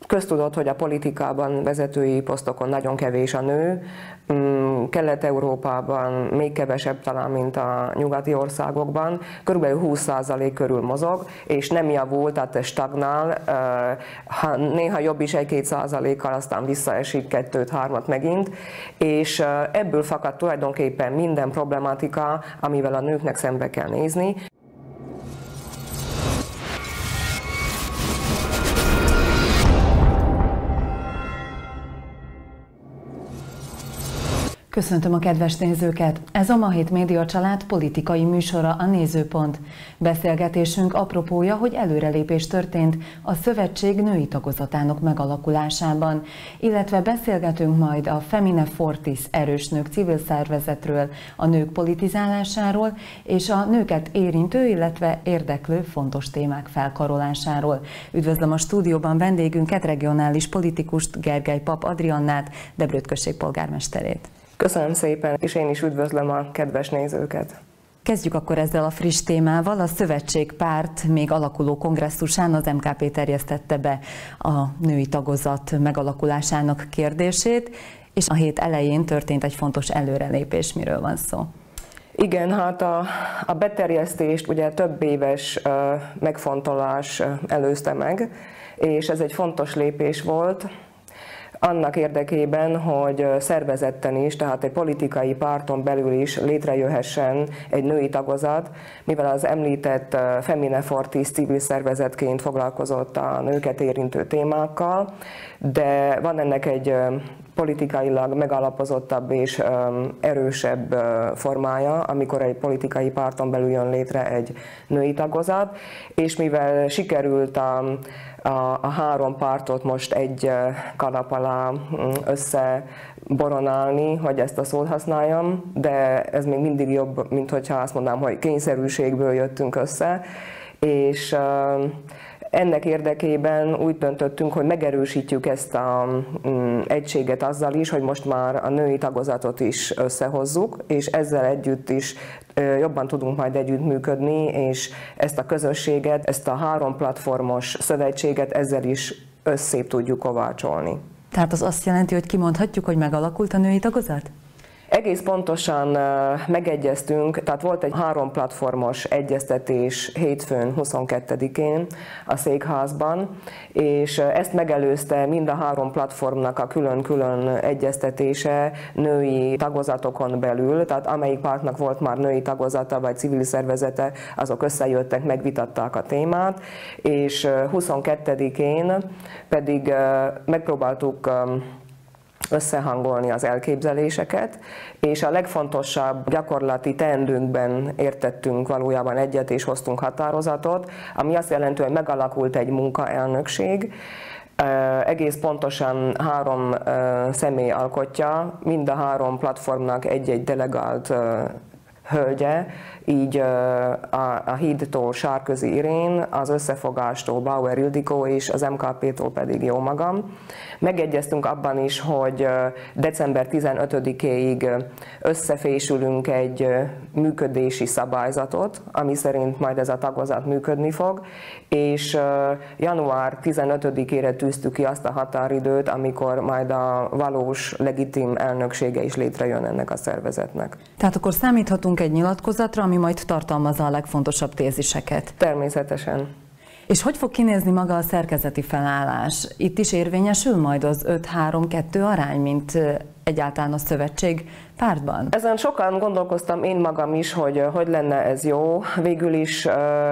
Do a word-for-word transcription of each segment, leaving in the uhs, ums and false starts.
Köztudott, hogy a politikában, vezetői posztokon nagyon kevés a nő, Kelet-Európában még kevesebb talán, mint a nyugati országokban, körülbelül húsz százalék körül mozog, és nem javul, tehát ez stagnál, néha jobb is egy-két százalékkal, aztán visszaesik kettőt-hármat megint, és ebből fakad tulajdonképpen minden problematika, amivel a nőknek szembe kell nézni. Köszöntöm a kedves nézőket! Ez a Ma Hét Média Család politikai műsora, a Nézőpont. Beszélgetésünk apropója, hogy előrelépés történt a szövetség női tagozatának megalakulásában, illetve beszélgetünk majd a Femine Fortis erős nők civil szervezetről, a nők politizálásáról és a nőket érintő, illetve érdeklő fontos témák felkarolásáról. Üdvözlöm a stúdióban vendégünket, regionális politikust, Gergely Papp Adriannát, Debrőt község polgármesterét. Köszönöm szépen, és én is üdvözlöm a kedves nézőket. Kezdjük akkor ezzel a friss témával. A szövetségpárt még alakuló kongresszusán az em ká pé terjesztette be a női tagozat megalakulásának kérdését, és a hét elején történt egy fontos előrelépés. Miről van szó? Igen, hát a, a beterjesztést ugye több éves uh, megfontolás uh, előzte meg, és ez egy fontos lépés volt, annak érdekében, hogy szervezetten is, tehát egy politikai párton belül is létrejöhessen egy női tagozat, mivel az említett Femine Fortis civil szervezetként foglalkozott a nőket érintő témákkal, de van ennek egy politikailag megalapozottabb és erősebb formája, amikor egy politikai párton belül jön létre egy női tagozat, és mivel sikerült a A, a három pártot most egy kalap alá összeboronálni, hogy ezt a szót használjam, de ez még mindig jobb, mint hogyha azt mondanám, hogy kényszerűségből jöttünk össze, és ennek érdekében úgy döntöttünk, hogy megerősítjük ezt az egységet azzal is, hogy most már a női tagozatot is összehozzuk, és ezzel együtt is jobban tudunk majd együttműködni, és ezt a közösséget, ezt a három platformos szövetséget ezzel is összép tudjuk kovácsolni. Tehát az azt jelenti, hogy kimondhatjuk, hogy megalakult a női tagozat? Egész pontosan megegyeztünk, tehát volt egy három platformos egyeztetés hétfőn huszonkettedikén a Székházban, és ezt megelőzte mind a három platformnak a külön-külön egyeztetése női tagozatokon belül, tehát amelyik pártnak volt már női tagozata vagy civil szervezete, azok összejöttek, megvitatták a témát, és huszonkettedikén pedig megpróbáltuk összehangolni az elképzeléseket, és a legfontosabb gyakorlati teendőnkben értettünk valójában egyet, és hoztunk határozatot, ami azt jelenti, hogy megalakult egy munkaelnökség, egész pontosan három személy alkotja, mind a három platformnak egy-egy delegált hölgye, így a, a Hídtól Sárközi Irén, az Összefogástól Bauer Ildikó és az em ká pé-tól pedig jó magam. Megegyeztünk abban is, hogy december tizenötödikéig összefésülünk egy működési szabályzatot, ami szerint majd ez a tagozat működni fog, és január tizenötödikére tűztük ki azt a határidőt, amikor majd a valós, legitim elnöksége is létrejön ennek a szervezetnek. Tehát akkor számíthatunk egy nyilatkozatra, ami majd tartalmazza a legfontosabb téziseket. Természetesen. És hogy fog kinézni maga a szerkezeti felállás? Itt is érvényesül majd az öt három kettő arány, mint egyáltalán a szövetség pártban? Ezen sokan gondolkoztam én magam is, hogy hogy lenne ez jó. Végül is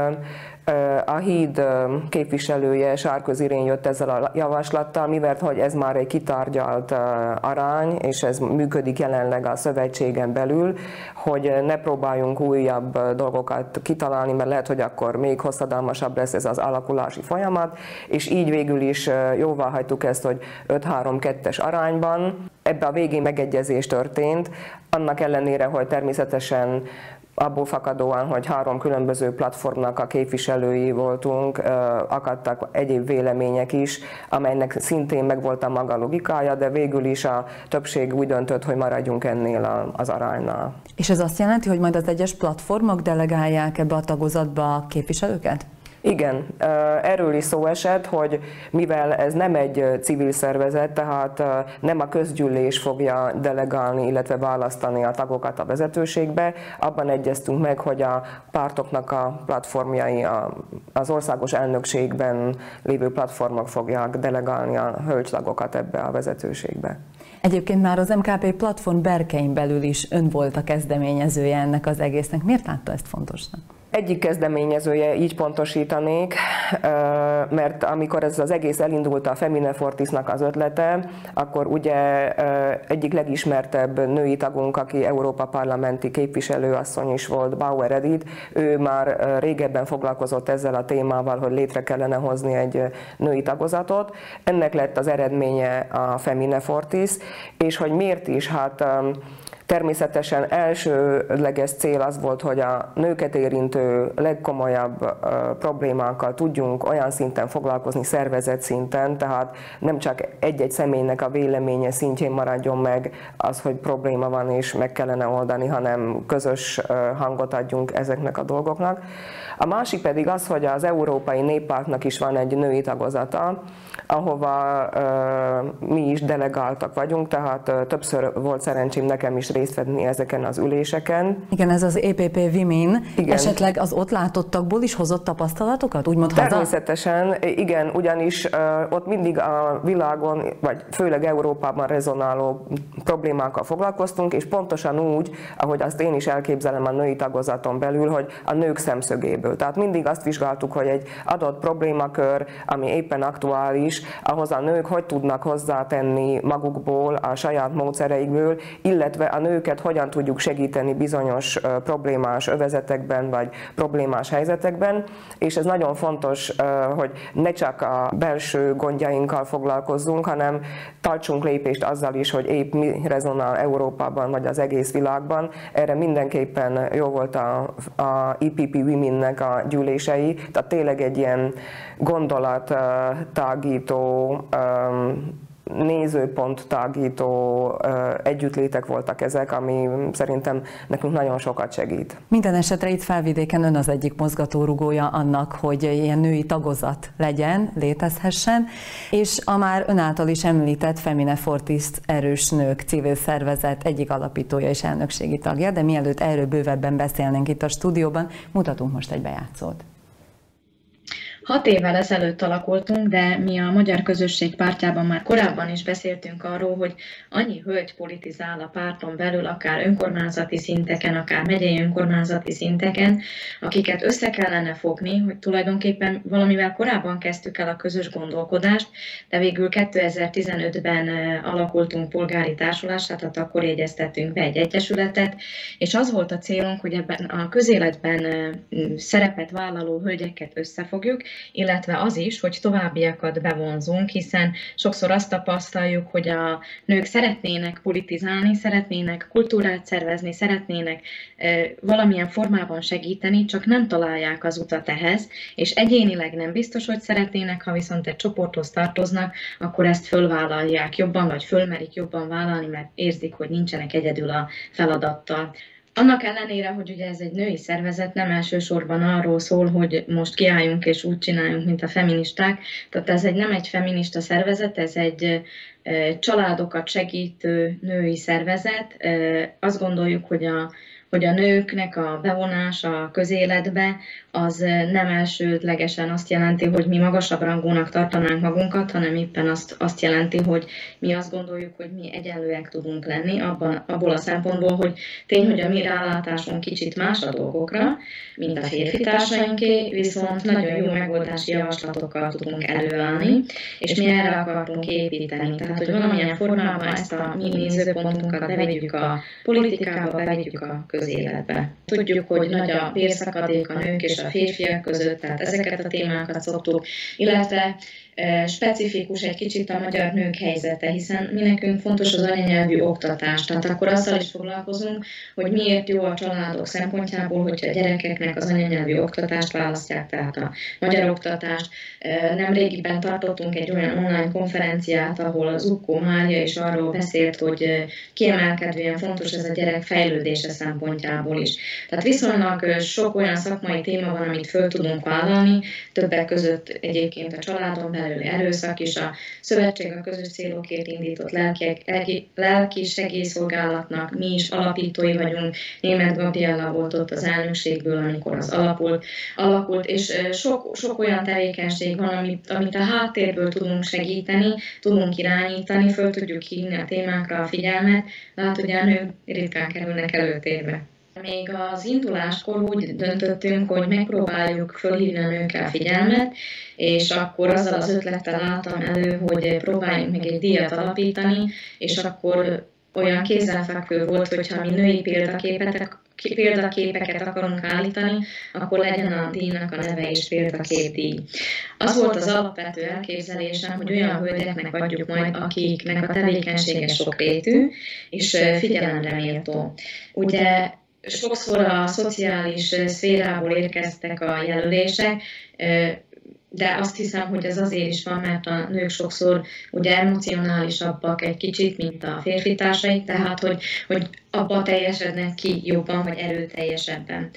a Híd képviselője, Sárközi Irén jött ezzel a javaslattal, mivel hogy ez már egy kitárgyalt arány, és ez működik jelenleg a szövetségen belül, hogy ne próbáljunk újabb dolgokat kitalálni, mert lehet, hogy akkor még hosszadalmasabb lesz ez az alakulási folyamat, és így végül is jóvá hagytuk ezt, hogy öt három kettes arányban. Ebbe a végén megegyezés történt, annak ellenére, hogy természetesen abból fakadóan, hogy három különböző platformnak a képviselői voltunk, akadtak egyéb vélemények is, amelynek szintén megvolt a maga logikája, de végül is a többség úgy döntött, hogy maradjunk ennél az aránynál. És ez azt jelenti, hogy majd az egyes platformok delegálják ebbe a tagozatba a képviselőket? Igen, erről is szó esett, hogy mivel ez nem egy civil szervezet, tehát nem a közgyűlés fogja delegálni, illetve választani a tagokat a vezetőségbe, abban egyeztünk meg, hogy a pártoknak a platformjai, az országos elnökségben lévő platformok fogják delegálni a hölgytagokat ebbe a vezetőségbe. Egyébként már az em ká pé platform berkein belül is ön volt a kezdeményezője ennek az egésznek. Miért látta ezt fontosnak? Egyik kezdeményezője, így pontosítanék, mert amikor ez az egész elindult a Femine Fortisnak az ötlete, akkor ugye egyik legismertebb női tagunk, aki Európa parlamenti képviselőasszony is volt, Bauer Edith, ő már régebben foglalkozott ezzel a témával, hogy létre kellene hozni egy női tagozatot. Ennek lett az eredménye a Femine Fortis, és hogy miért is, hát természetesen elsőleges cél az volt, hogy a nőket érintő legkomolyabb uh, problémákkal tudjunk olyan szinten foglalkozni, szervezet szinten, tehát nem csak egy-egy személynek a véleménye szintjén maradjon meg az, hogy probléma van és meg kellene oldani, hanem közös uh, hangot adjunk ezeknek a dolgoknak. A másik pedig az, hogy az Európai Néppártnak is van egy női tagozata, ahova uh, mi is delegáltak vagyunk, tehát uh, többször volt szerencsém nekem is részt venni ezeken az üléseken. Igen, ez az é pé pé Women. Igen. Esetleg az ott látottakból is hozott tapasztalatokat? Úgymond Természetesen, haza? Igen, ugyanis uh, ott mindig a világon, vagy főleg Európában rezonáló problémákkal foglalkoztunk, és pontosan úgy, ahogy azt én is elképzelem a női tagozaton belül, hogy a nők szemszögéből. Tehát mindig azt vizsgáltuk, hogy egy adott problémakör, ami éppen aktuális, ahhoz a nők hogy tudnak hozzátenni magukból, a saját módszereikből, illetve a nőket hogyan tudjuk segíteni bizonyos problémás övezetekben, vagy problémás helyzetekben, és ez nagyon fontos, hogy ne csak a belső gondjainkkal foglalkozzunk, hanem tartsunk lépést azzal is, hogy épp mi rezonál Európában, vagy az egész világban. Erre mindenképpen jó volt a, a é pé pé Women-nek a gyűlései, tehát tényleg egy ilyen gondolattágító, nézőpont tágító együttlétek voltak ezek, ami szerintem nekünk nagyon sokat segít. Minden esetre itt Felvidéken ön az egyik mozgatórugója annak, hogy ilyen női tagozat legyen, létezhessen, és a már ön által is említett Femine Fortis Erős Nők civil szervezet egyik alapítója és elnökségi tagja, de mielőtt erről bővebben beszélnénk itt a stúdióban, mutatunk most egy bejátszót. Hat évvel ezelőtt alakultunk, de mi a Magyar Közösség Pártjában már korábban is beszéltünk arról, hogy annyi hölgy politizál a párton belül, akár önkormányzati szinteken, akár megyei önkormányzati szinteken, akiket össze kellene fogni, hogy tulajdonképpen valamivel korábban kezdtük el a közös gondolkodást, de végül kétezer-tizenötben alakultunk polgári társulássá, tehát akkor jegyeztettünk be egy egyesületet, és az volt a célunk, hogy ebben a közéletben szerepet vállaló hölgyeket összefogjuk, illetve az is, hogy továbbiakat bevonzunk, hiszen sokszor azt tapasztaljuk, hogy a nők szeretnének politizálni, szeretnének kultúrát szervezni, szeretnének e, valamilyen formában segíteni, csak nem találják az utat ehhez, és egyénileg nem biztos, hogy szeretnének, ha viszont egy csoporthoz tartoznak, akkor ezt fölvállalják jobban, vagy fölmerik jobban vállalni, mert érzik, hogy nincsenek egyedül a feladattal. Annak ellenére, hogy ugye ez egy női szervezet, nem elsősorban arról szól, hogy most kiálljunk és úgy csináljunk, mint a feministák. Tehát ez egy, nem egy feminista szervezet, ez egy családokat segítő női szervezet. Azt gondoljuk, hogy a hogy a nőknek a bevonása a közéletbe az nem elsődlegesen azt jelenti, hogy mi magasabb rangúnak tartanánk magunkat, hanem éppen azt, azt jelenti, hogy mi azt gondoljuk, hogy mi egyenlőek tudunk lenni, abban, abból a szempontból, hogy tény, hogy a mi rálátásunk kicsit más a dolgokra, mint a férfi társainké, viszont nagyon jó megoldási javaslatokkal tudunk előállni, és mi erre akartunk építeni. Tehát, hogy valamilyen formában ezt a mi nézőpontunkat bevegyük a politikába, bevegyük a közéletbe. Tudjuk, hogy nagy a bérszakadék a nők és a férfiak között, tehát ezeket a témákat szoktuk, illetve specifikus egy kicsit a magyar nők helyzete, hiszen mi nekünk fontos az anyanyelvű oktatás. Tehát akkor azzal is foglalkozunk, hogy miért jó a családok szempontjából, hogyha a gyerekeknek az anyanyelvű oktatást választják, tehát a magyar oktatást. Nemrégiben tartottunk egy olyan online konferenciát, ahol az Ukkó Mária is arról beszélt, hogy kiemelkedően fontos ez a gyerek fejlődése szempontjából is. Tehát viszonylag sok olyan szakmai téma van, amit föl tudunk vállalni, többek között egyébként a családon belüli erőszak is, a Szövetség a közös célokért indított lelki, lelki segélyszolgálatnak mi is alapítói vagyunk, Németh Gabriella volt ott az elnökségből, amikor az alapult, alakult, és sok, sok olyan tevékenység van, amit, amit a háttérből tudunk segíteni, tudunk irányítani, föl tudjuk hívni a témákra a figyelmet, de hát ugye a nők ritkán kerülnek előtérbe. Még az induláskor úgy döntöttünk, hogy megpróbáljuk fölhívni a nőkkel figyelmet, és akkor azzal az ötlettel álltam elő, hogy próbáljunk meg egy díjat alapítani, és akkor olyan kézzelfekvő volt, hogyha mi női példaképet, példaképeket akarunk állítani, akkor legyen a díjnak a neve is példaképdíj. Az volt az alapvető elképzelésem, hogy olyan hölgyeknek adjuk majd, akiknek a tevékenysége sokrétű, és figyelemre méltó. Ugye sokszor a szociális szférából érkeztek a jelölések, de azt hiszem, hogy ez azért is van, mert a nők sokszor ugye emocionálisabbak egy kicsit, mint a férfi társaik, tehát hogy, hogy abba teljesednek ki jobban, vagy erőteljesebben.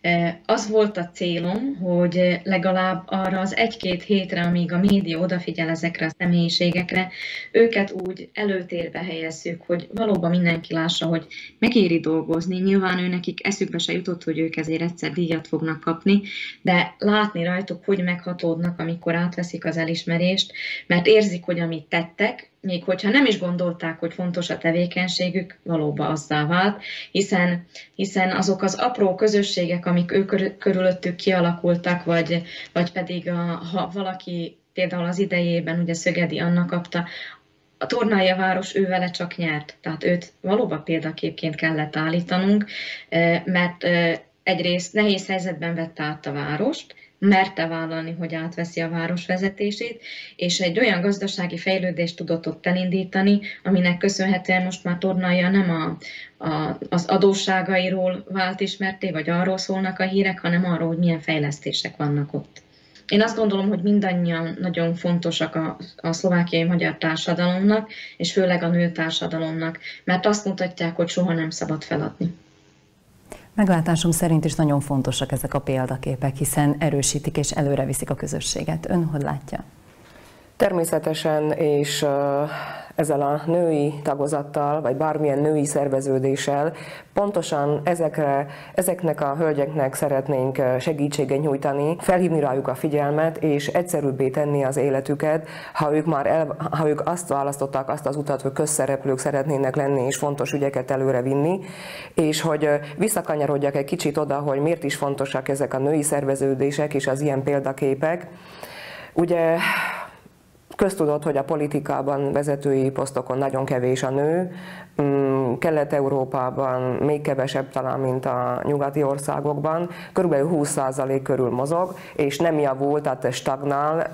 Az volt a célom, hogy legalább arra az egy-két hétre, amíg a média odafigyel ezekre a személyiségekre, őket úgy előtérbe helyezzük, hogy valóban mindenki lássa, hogy megéri dolgozni. Nyilván ő nekik eszükbe se jutott, hogy ők ezért egyszer díjat fognak kapni, de látni rajtuk, hogy meghatódnak, amikor átveszik az elismerést, mert érzik, hogy amit tettek, még hogyha nem is gondolták, hogy fontos a tevékenységük, valóban azzá vált, hiszen, hiszen azok az apró közösségek, amik ők körülöttük kialakultak, vagy, vagy pedig a, ha valaki például az idejében, ugye Szögedi Anna kapta, a Tornai város ő vele csak nyert, tehát őt valóban példaképként kellett állítanunk, mert egyrészt nehéz helyzetben vette át a várost, merte vállalni, hogy átveszi a város vezetését, és egy olyan gazdasági fejlődést tudott ott elindítani, aminek köszönhetően most már Tornaia nem a, a, az adósságairól vált ismerté, vagy arról szólnak a hírek, hanem arról, hogy milyen fejlesztések vannak ott. Én azt gondolom, hogy mindannyian nagyon fontosak a, a szlovákiai magyar társadalomnak, és főleg a nőtársadalomnak, mert azt mutatják, hogy soha nem szabad feladni. Meglátásom szerint is nagyon fontosak ezek a példaképek, hiszen erősítik és előre viszik a közösséget. Ön hogy látja? Természetesen, és ezzel a női tagozattal, vagy bármilyen női szerveződéssel pontosan ezekre, ezeknek a hölgyeknek szeretnénk segítséget nyújtani, felhívni rájuk a figyelmet, és egyszerűbbé tenni az életüket, ha ők már el, ha ők azt választották, azt az utat, hogy közszereplők szeretnének lenni, és fontos ügyeket előre vinni, és hogy visszakanyarodjak egy kicsit oda, hogy miért is fontosak ezek a női szerveződések és az ilyen példaképek. Ugye köztudott, hogy a politikában, vezetői posztokon nagyon kevés a nő, Kelet-Európában még kevesebb talán, mint a nyugati országokban, körülbelül húsz százalék körül mozog, és nem javul, tehát stagnál,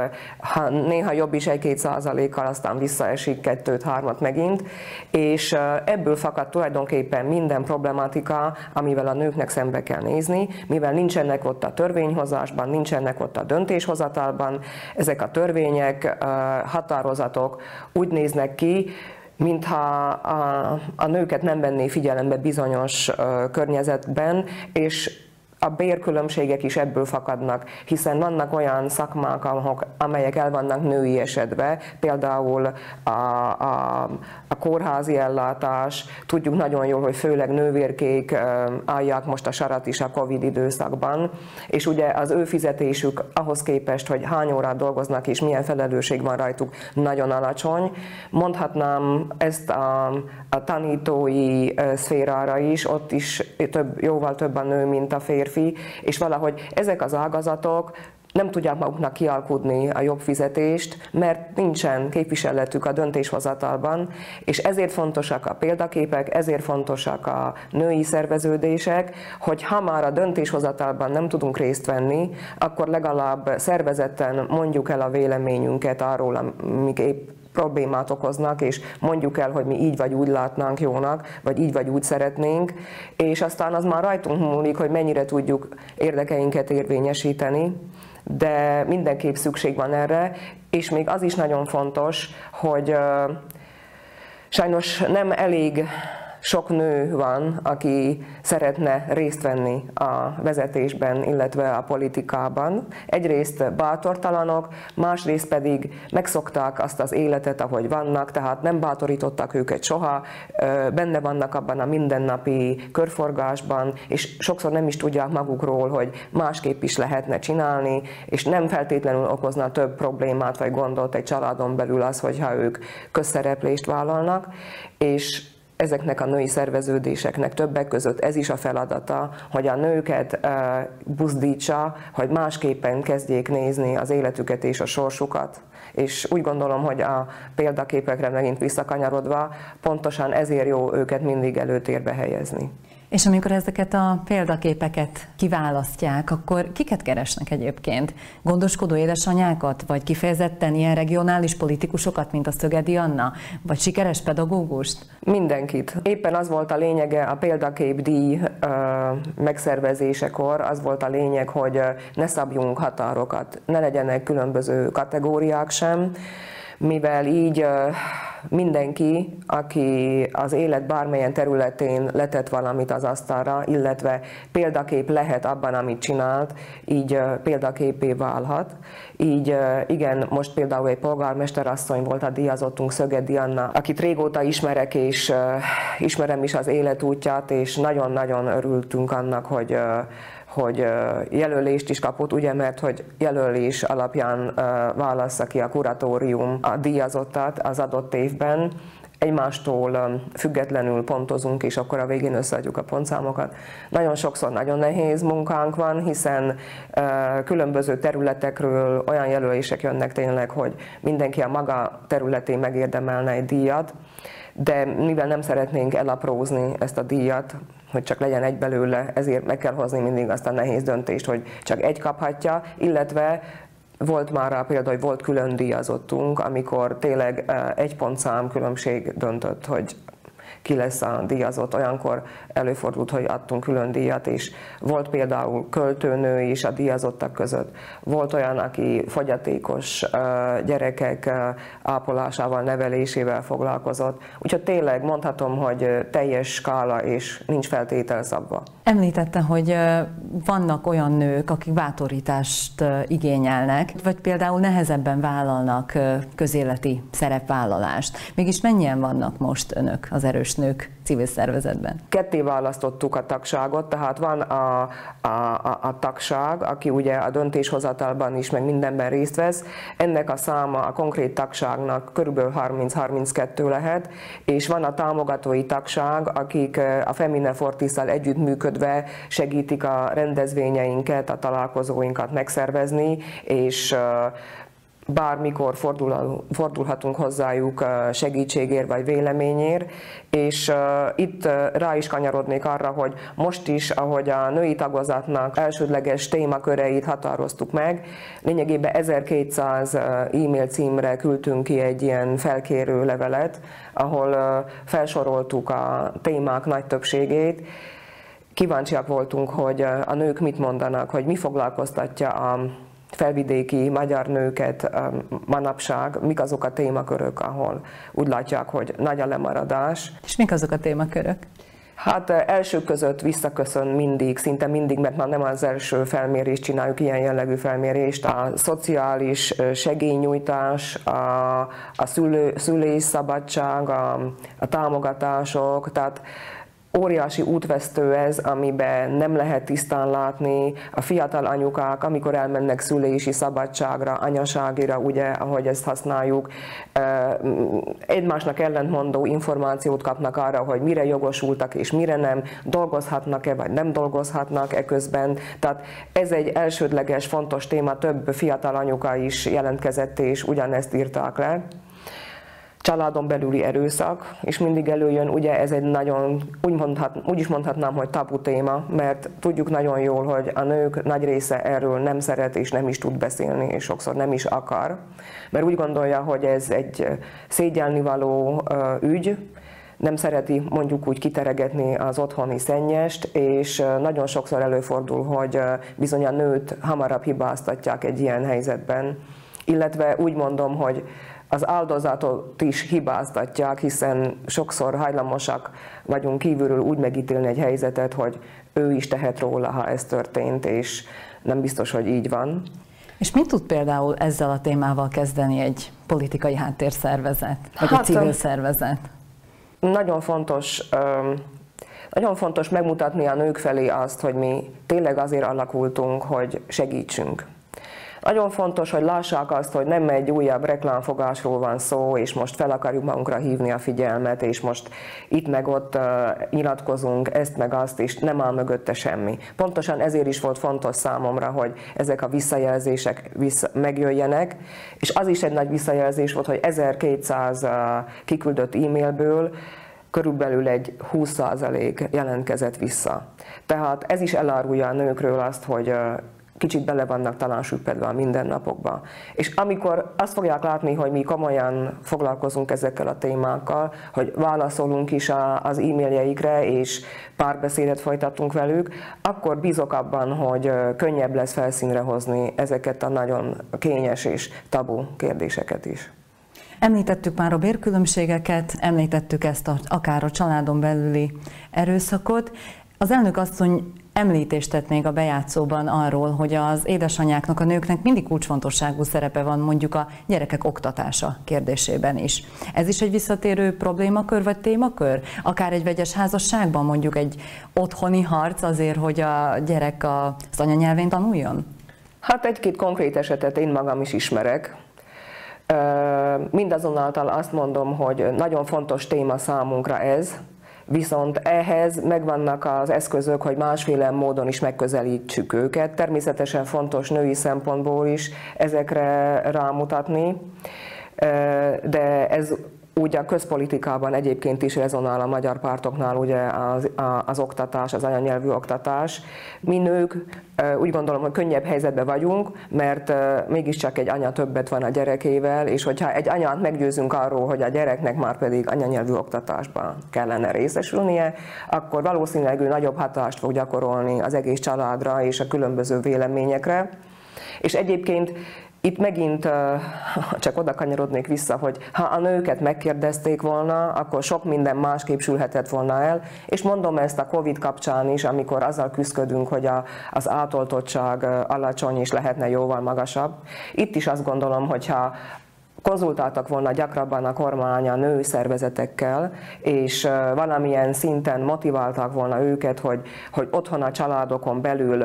néha jobb is egy-két százalékkal, aztán visszaesik kettőt-hármat megint, és ebből fakad tulajdonképpen minden problematika, amivel a nőknek szembe kell nézni, mivel nincsenek ott a törvényhozásban, nincsenek ott a döntéshozatalban, ezek a törvények, határozatok úgy néznek ki, mintha a, a nőket nem venné figyelembe bizonyos uh, környezetben, és a bérkülönbségek is ebből fakadnak, hiszen vannak olyan szakmák, amelyek el vannak női esetben, például a, a, a kórházi ellátás, tudjuk nagyon jól, hogy főleg nővérkék állják most a sarat is a Covid időszakban, és ugye az ő fizetésük ahhoz képest, hogy hány órát dolgoznak és milyen felelősség van rajtuk, nagyon alacsony. Mondhatnám ezt a, a tanítói szférára is, ott is több, jóval több a nő, mint a férfi, és valahogy ezek az ágazatok nem tudják maguknak kialkudni a jobb fizetést, mert nincsen képviseletük a döntéshozatalban, és ezért fontosak a példaképek, ezért fontosak a női szerveződések, hogy ha már a döntéshozatalban nem tudunk részt venni, akkor legalább szervezetten mondjuk el a véleményünket arról, amik épp problémát okoznak, és mondjuk el, hogy mi így vagy úgy látnánk jónak, vagy így vagy úgy szeretnénk, és aztán az már rajtunk múlik, hogy mennyire tudjuk érdekeinket érvényesíteni, de mindenképp szükség van erre, és még az is nagyon fontos, hogy uh, sajnos nem elég sok nő van, aki szeretne részt venni a vezetésben, illetve a politikában. Egyrészt bátortalanok, másrészt pedig megszokták azt az életet, ahogy vannak, tehát nem bátorítottak őket soha, benne vannak abban a mindennapi körforgásban, és sokszor nem is tudják magukról, hogy másképp is lehetne csinálni, és nem feltétlenül okozna több problémát vagy gondot egy családon belül az, hogyha ők közszereplést vállalnak, és ezeknek a női szerveződéseknek többek között ez is a feladata, hogy a nőket buzdítsa, hogy másképpen kezdjék nézni az életüket és a sorsukat. És úgy gondolom, hogy a példaképekre megint visszakanyarodva, pontosan ezért jó őket mindig előtérbe helyezni. És amikor ezeket a példaképeket kiválasztják, akkor kiket keresnek egyébként? Gondoskodó édesanyákat, vagy kifejezetten ilyen regionális politikusokat, mint a Szögedi Anna, vagy sikeres pedagógust? Mindenkit. Éppen az volt a lényege a példakép díj megszervezésekor, az volt a lényeg, hogy ne szabjunk határokat, ne legyenek különböző kategóriák sem, mivel így mindenki, aki az élet bármilyen területén letett valamit az asztalra, illetve példakép lehet abban, amit csinált, így példaképé válhat. Így igen, most például egy polgármesterasszony volt a díjazottunk, Szögedi Anna, akit régóta ismerek, és ismerem is az életútját, és nagyon-nagyon örültünk annak, hogy hogy jelölést is kapott, ugye, mert hogy jelölés alapján válassza ki a kuratórium a díjazottat az adott évben. Egymástól függetlenül pontozunk, és akkor a végén összeadjuk a pontszámokat. Nagyon sokszor nagyon nehéz munkánk van, hiszen különböző területekről olyan jelölések jönnek tényleg, hogy mindenki a maga területén megérdemelne egy díjat, de mivel nem szeretnénk elaprózni ezt a díjat, hogy csak legyen egy belőle, ezért meg kell hozni mindig azt a nehéz döntést, hogy csak egy kaphatja, illetve volt már például, hogy volt külön díjazottunk, amikor tényleg egy pontszám különbség döntött, hogy ki lesz a díjazott. Olyankor előfordult, hogy adtunk külön díjat, és volt például költőnő is a díjazottak között. Volt olyan, aki fogyatékos gyerekek ápolásával, nevelésével foglalkozott. Úgyhogy tényleg mondhatom, hogy teljes skála, és nincs feltétel szabva. Említette, hogy vannak olyan nők, akik bátorítást igényelnek, vagy például nehezebben vállalnak közéleti szerepvállalást. Mégis mennyien vannak most önök, az Erős Nők civil szervezetben? Ketté választottuk a tagságot, tehát van a, a, a, a tagság, aki ugye a döntéshozatalban is, meg mindenben részt vesz. Ennek a száma a konkrét tagságnak körülbelül harminc-harminckettő lehet, és van a támogatói tagság, akik a Femine Fortisszal együttműködve segítik a rendezvényeinket, a találkozóinkat megszervezni, és bármikor fordul, fordulhatunk hozzájuk segítségért vagy véleményért, és uh, itt uh, rá is kanyarodnék arra, hogy most is, ahogy a női tagozatnak elsődleges témaköreit határoztuk meg, lényegében ezerkétszáz uh, e-mail címre küldtünk ki egy ilyen felkérő levelet, ahol uh, felsoroltuk a témák nagy többségét. Kíváncsiak voltunk, hogy uh, a nők mit mondanak, hogy mi foglalkoztatja a felvidéki magyar nőket manapság, mik azok a témakörök, ahol úgy látják, hogy nagy a lemaradás. És mik azok a témakörök? Hát első között visszaköszön mindig, szinte mindig, mert már nem az első felmérést csináljuk, ilyen jellegű felmérést. A szociális segélynyújtás, a, a szülő, szülés szabadság, a, a támogatások, tehát óriási útvesztő ez, amiben nem lehet tisztán látni. A fiatal anyukák, amikor elmennek szülési szabadságra, anyaságira, ugye, ahogy ezt használjuk, egymásnak ellentmondó információt kapnak arra, hogy mire jogosultak és mire nem, dolgozhatnak-e vagy nem dolgozhatnak-e közben. Tehát ez egy elsődleges, fontos téma, több fiatal anyuka is jelentkezett és ugyanezt írták le. Családon belüli erőszak, és mindig előjön, ugye ez egy nagyon, úgy, mondhat, úgy is mondhatnám, hogy tabu téma, mert tudjuk nagyon jól, hogy a nők nagy része erről nem szeret és nem is tud beszélni, és sokszor nem is akar, mert úgy gondolja, hogy ez egy szégyelnivaló ügy, nem szereti mondjuk úgy kiteregetni az otthoni szennyest, és nagyon sokszor előfordul, hogy bizony a nőt hamarabb hibáztatják egy ilyen helyzetben, illetve úgy mondom, hogy az áldozatot is hibáztatják, hiszen sokszor hajlamosak vagyunk kívülről úgy megítélni egy helyzetet, hogy ő is tehet róla, ha ez történt, és nem biztos, hogy így van. És mit tud például ezzel a témával kezdeni egy politikai háttérszervezet, vagy hát, egy civil szervezet? Nagyon fontos, nagyon fontos megmutatni a nők felé azt, hogy mi tényleg azért alakultunk, hogy segítsünk. Nagyon fontos, hogy lássák azt, hogy nem egy újabb reklámfogásról van szó, és most fel akarjuk magunkra hívni a figyelmet, és most itt meg ott uh, nyilatkozunk ezt meg azt, és nem áll mögötte semmi. Pontosan ezért is volt fontos számomra, hogy ezek a visszajelzések vissza, megjöjjenek, és az is egy nagy visszajelzés volt, hogy ezerkétszáz uh, kiküldött e-mailből körülbelül egy húsz százalék jelentkezett vissza. Tehát ez is elárulja a nőkről azt, hogy uh, kicsit bele vannak talán süppedve a mindennapokba. És amikor azt fogják látni, hogy mi komolyan foglalkozunk ezekkel a témákkal, hogy válaszolunk is az e-mailjeikre, és párbeszédet folytatunk velük, akkor bízok abban, hogy könnyebb lesz felszínre hozni ezeket a nagyon kényes és tabu kérdéseket is. Említettük már a bérkülönbségeket, említettük ezt a, akár a családon belüli erőszakot. Az elnök asszony említést tett még a bejátszóban arról, hogy az édesanyáknak, a nőknek mindig kulcsfontosságú szerepe van mondjuk a gyerekek oktatása kérdésében is. Ez is egy visszatérő problémakör vagy témakör? Akár egy vegyes házasságban mondjuk egy otthoni harc azért, hogy a gyerek az anyanyelvén tanuljon? Hát egy-két konkrét esetet én magam is ismerek. Mindazonáltal azt mondom, hogy nagyon fontos téma számunkra ez, viszont ehhez megvannak az eszközök, hogy másféle módon is megközelítsük őket. Természetesen fontos női szempontból is ezekre rámutatni, de ez úgy a közpolitikában egyébként is rezonál a magyar pártoknál ugye az, az oktatás, az anyanyelvű oktatás. Mi nők úgy gondolom, hogy könnyebb helyzetben vagyunk, mert mégiscsak egy anya többet van a gyerekével, és hogyha egy anyát meggyőzünk arról, hogy a gyereknek már pedig anyanyelvű oktatásban kellene részesülnie, akkor valószínűleg ő nagyobb hatást fog gyakorolni az egész családra és a különböző véleményekre. És egyébként itt megint csak oda kanyarodnék vissza, hogy ha a nőket megkérdezték volna, akkor sok minden másképp sülhetett volna el, és mondom ezt a Covid kapcsán is, amikor azzal küzdködünk, hogy a, az átoltottság alacsony és lehetne jóval magasabb. Itt is azt gondolom, hogyha konzultáltak volna gyakrabban a kormány a női szervezetekkel, és valamilyen szinten motiválták volna őket, hogy, hogy otthon a családokon belül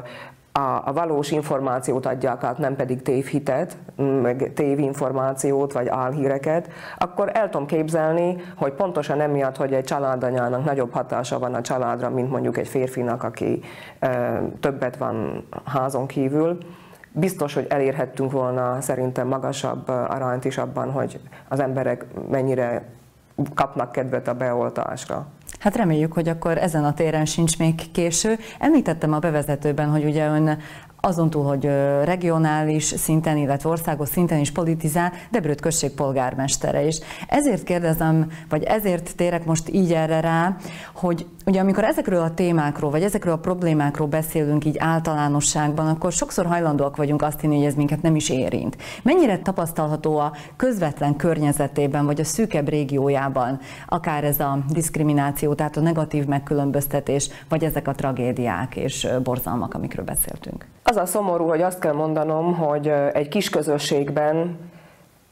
A, a valós információt adják át, nem pedig tévhitet, meg tévinformációt, vagy álhíreket, akkor el tudom képzelni, hogy pontosan emiatt, hogy egy családanyának nagyobb hatása van a családra, mint mondjuk egy férfinak, aki e, többet van házon kívül, biztos, hogy elérhettünk volna szerintem magasabb arányt is abban, hogy az emberek mennyire kapnak kedvet a beoltásra. Hát reméljük, hogy akkor ezen a téren sincs még késő. Említettem a bevezetőben, hogy ugye ön azon túl, hogy regionális szinten, illetve országos szinten is politizál, Debrőt község polgármestere is. Ezért kérdezem, vagy ezért térek most így erre rá, hogy ugye amikor ezekről a témákról, vagy ezekről a problémákról beszélünk így általánosságban, akkor sokszor hajlandóak vagyunk azt hinni, hogy ez minket nem is érint. Mennyire tapasztalható a közvetlen környezetében, vagy a szűkebb régiójában, akár ez a diszkrimináció, tehát a negatív megkülönböztetés, vagy ezek a tragédiák és borzalmak, amikről beszéltünk? Az a szomorú, hogy azt kell mondanom, hogy egy kis közösségben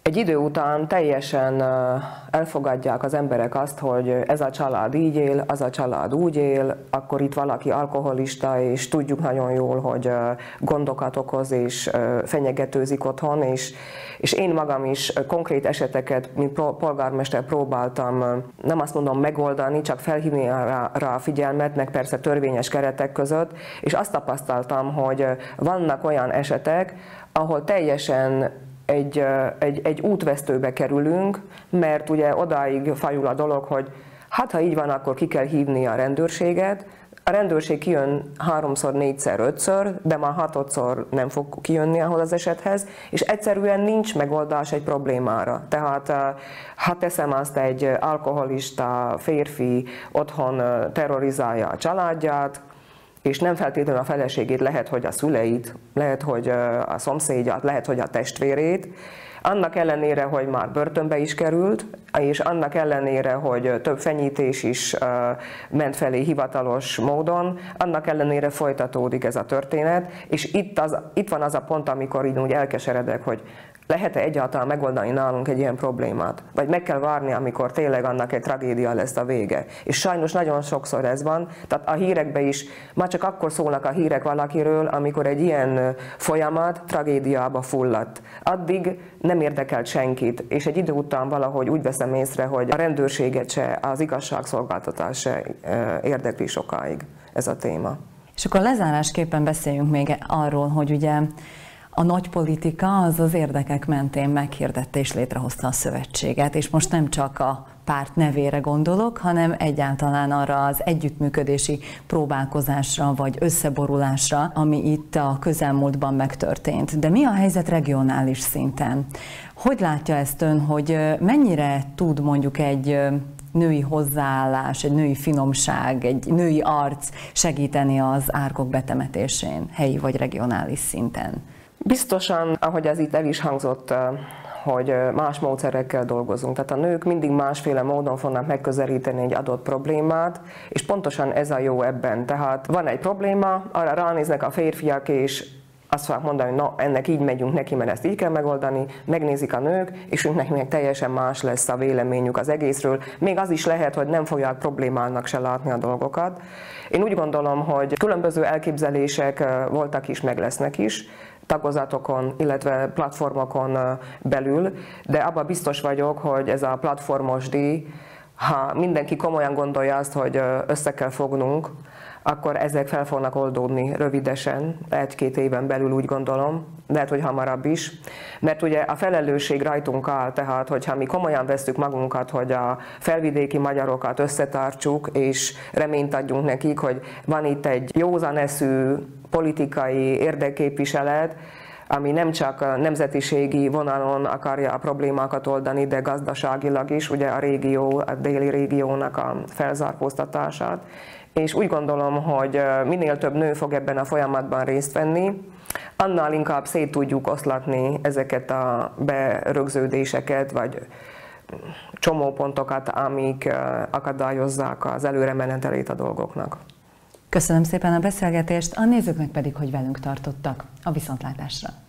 Egy idő után teljesen elfogadják az emberek azt, hogy ez a család így él, az a család úgy él, akkor itt valaki alkoholista, és tudjuk nagyon jól, hogy gondokat okoz, és fenyegetőzik otthon, és, és én magam is konkrét eseteket, mint polgármester próbáltam, nem azt mondom megoldani, csak felhívni rá, rá a figyelmet, meg persze törvényes keretek között, és azt tapasztaltam, hogy vannak olyan esetek, ahol teljesen Egy, egy, egy útvesztőbe kerülünk, mert ugye odáig fajul a dolog, hogy hát ha így van, akkor ki kell hívni a rendőrséget. A rendőrség kijön háromszor, négyszer, ötször, de már hatodszor nem fog kijönni ahhoz az esethez, és egyszerűen nincs megoldás egy problémára. Tehát ha teszem azt, egy alkoholista férfi otthon terrorizálja a családját, és nem feltétlenül a feleségét, lehet, hogy a szüleit, lehet, hogy a szomszédját, lehet, hogy a testvérét, annak ellenére, hogy már börtönbe is került, és annak ellenére, hogy több fenyítés is ment felé hivatalos módon, annak ellenére folytatódik ez a történet, és itt, az, itt van az a pont, amikor így úgy elkeseredek, hogy lehet-e egyáltalán megoldani nálunk egy ilyen problémát? Vagy meg kell várni, amikor tényleg annak egy tragédia lesz a vége. És sajnos nagyon sokszor ez van, tehát a hírekben is már csak akkor szólnak a hírek valakiről, amikor egy ilyen folyamat tragédiába fulladt. Addig nem érdekelt senkit, és egy idő után valahogy úgy veszem észre, hogy a rendőrséget se, az igazságszolgáltatás se érdekli sokáig ez a téma. És akkor lezárásképpen beszéljünk még arról, hogy ugye a nagy politika az az érdekek mentén meghirdette és létrehozta a szövetséget, és most nem csak a párt nevére gondolok, hanem egyáltalán arra az együttműködési próbálkozásra vagy összeborulásra, ami itt a közelmúltban megtörtént. De mi a helyzet regionális szinten? Hogy látja ezt ön, hogy mennyire tud mondjuk egy női hozzáállás, egy női finomság, egy női arc segíteni az árkok betemetésén, helyi vagy regionális szinten? Biztosan, ahogy ez itt el is hangzott, hogy más módszerekkel dolgozunk. Tehát a nők mindig másféle módon fognak megközelíteni egy adott problémát, és pontosan ez a jó ebben. Tehát van egy probléma, arra ránéznek a férfiak, és azt fogják mondani, hogy na, ennek így megyünk neki, mert ezt így kell megoldani, megnézik a nők, és őknek meg teljesen más lesz a véleményük az egészről. Még az is lehet, hogy nem fogják problémának se látni a dolgokat. Én úgy gondolom, hogy különböző elképzelések voltak is, meg lesznek is, tagozatokon, illetve platformokon belül, de abban biztos vagyok, hogy ez a platformos díj, ha mindenki komolyan gondolja azt, hogy össze kell fognunk, akkor ezek fel fognak oldódni rövidesen, egy-két éven belül úgy gondolom, lehet, hogy hamarabb is, mert ugye a felelősség rajtunk áll, tehát hogyha mi komolyan vesszük magunkat, hogy a felvidéki magyarokat összetartsuk, és reményt adjunk nekik, hogy van itt egy józaneszű politikai érdekképviselet, ami nem csak a nemzetiségi vonalon akarja a problémákat oldani, de gazdaságilag is, ugye a régió, a déli régiónak a felzárkóztatását. És úgy gondolom, hogy minél több nő fog ebben a folyamatban részt venni, annál inkább szét tudjuk oszlatni ezeket a berögződéseket, vagy csomópontokat, amik akadályozzák az előremenetelét a dolgoknak. Köszönöm szépen a beszélgetést, a nézőknek pedig, hogy velünk tartottak. A viszontlátásra!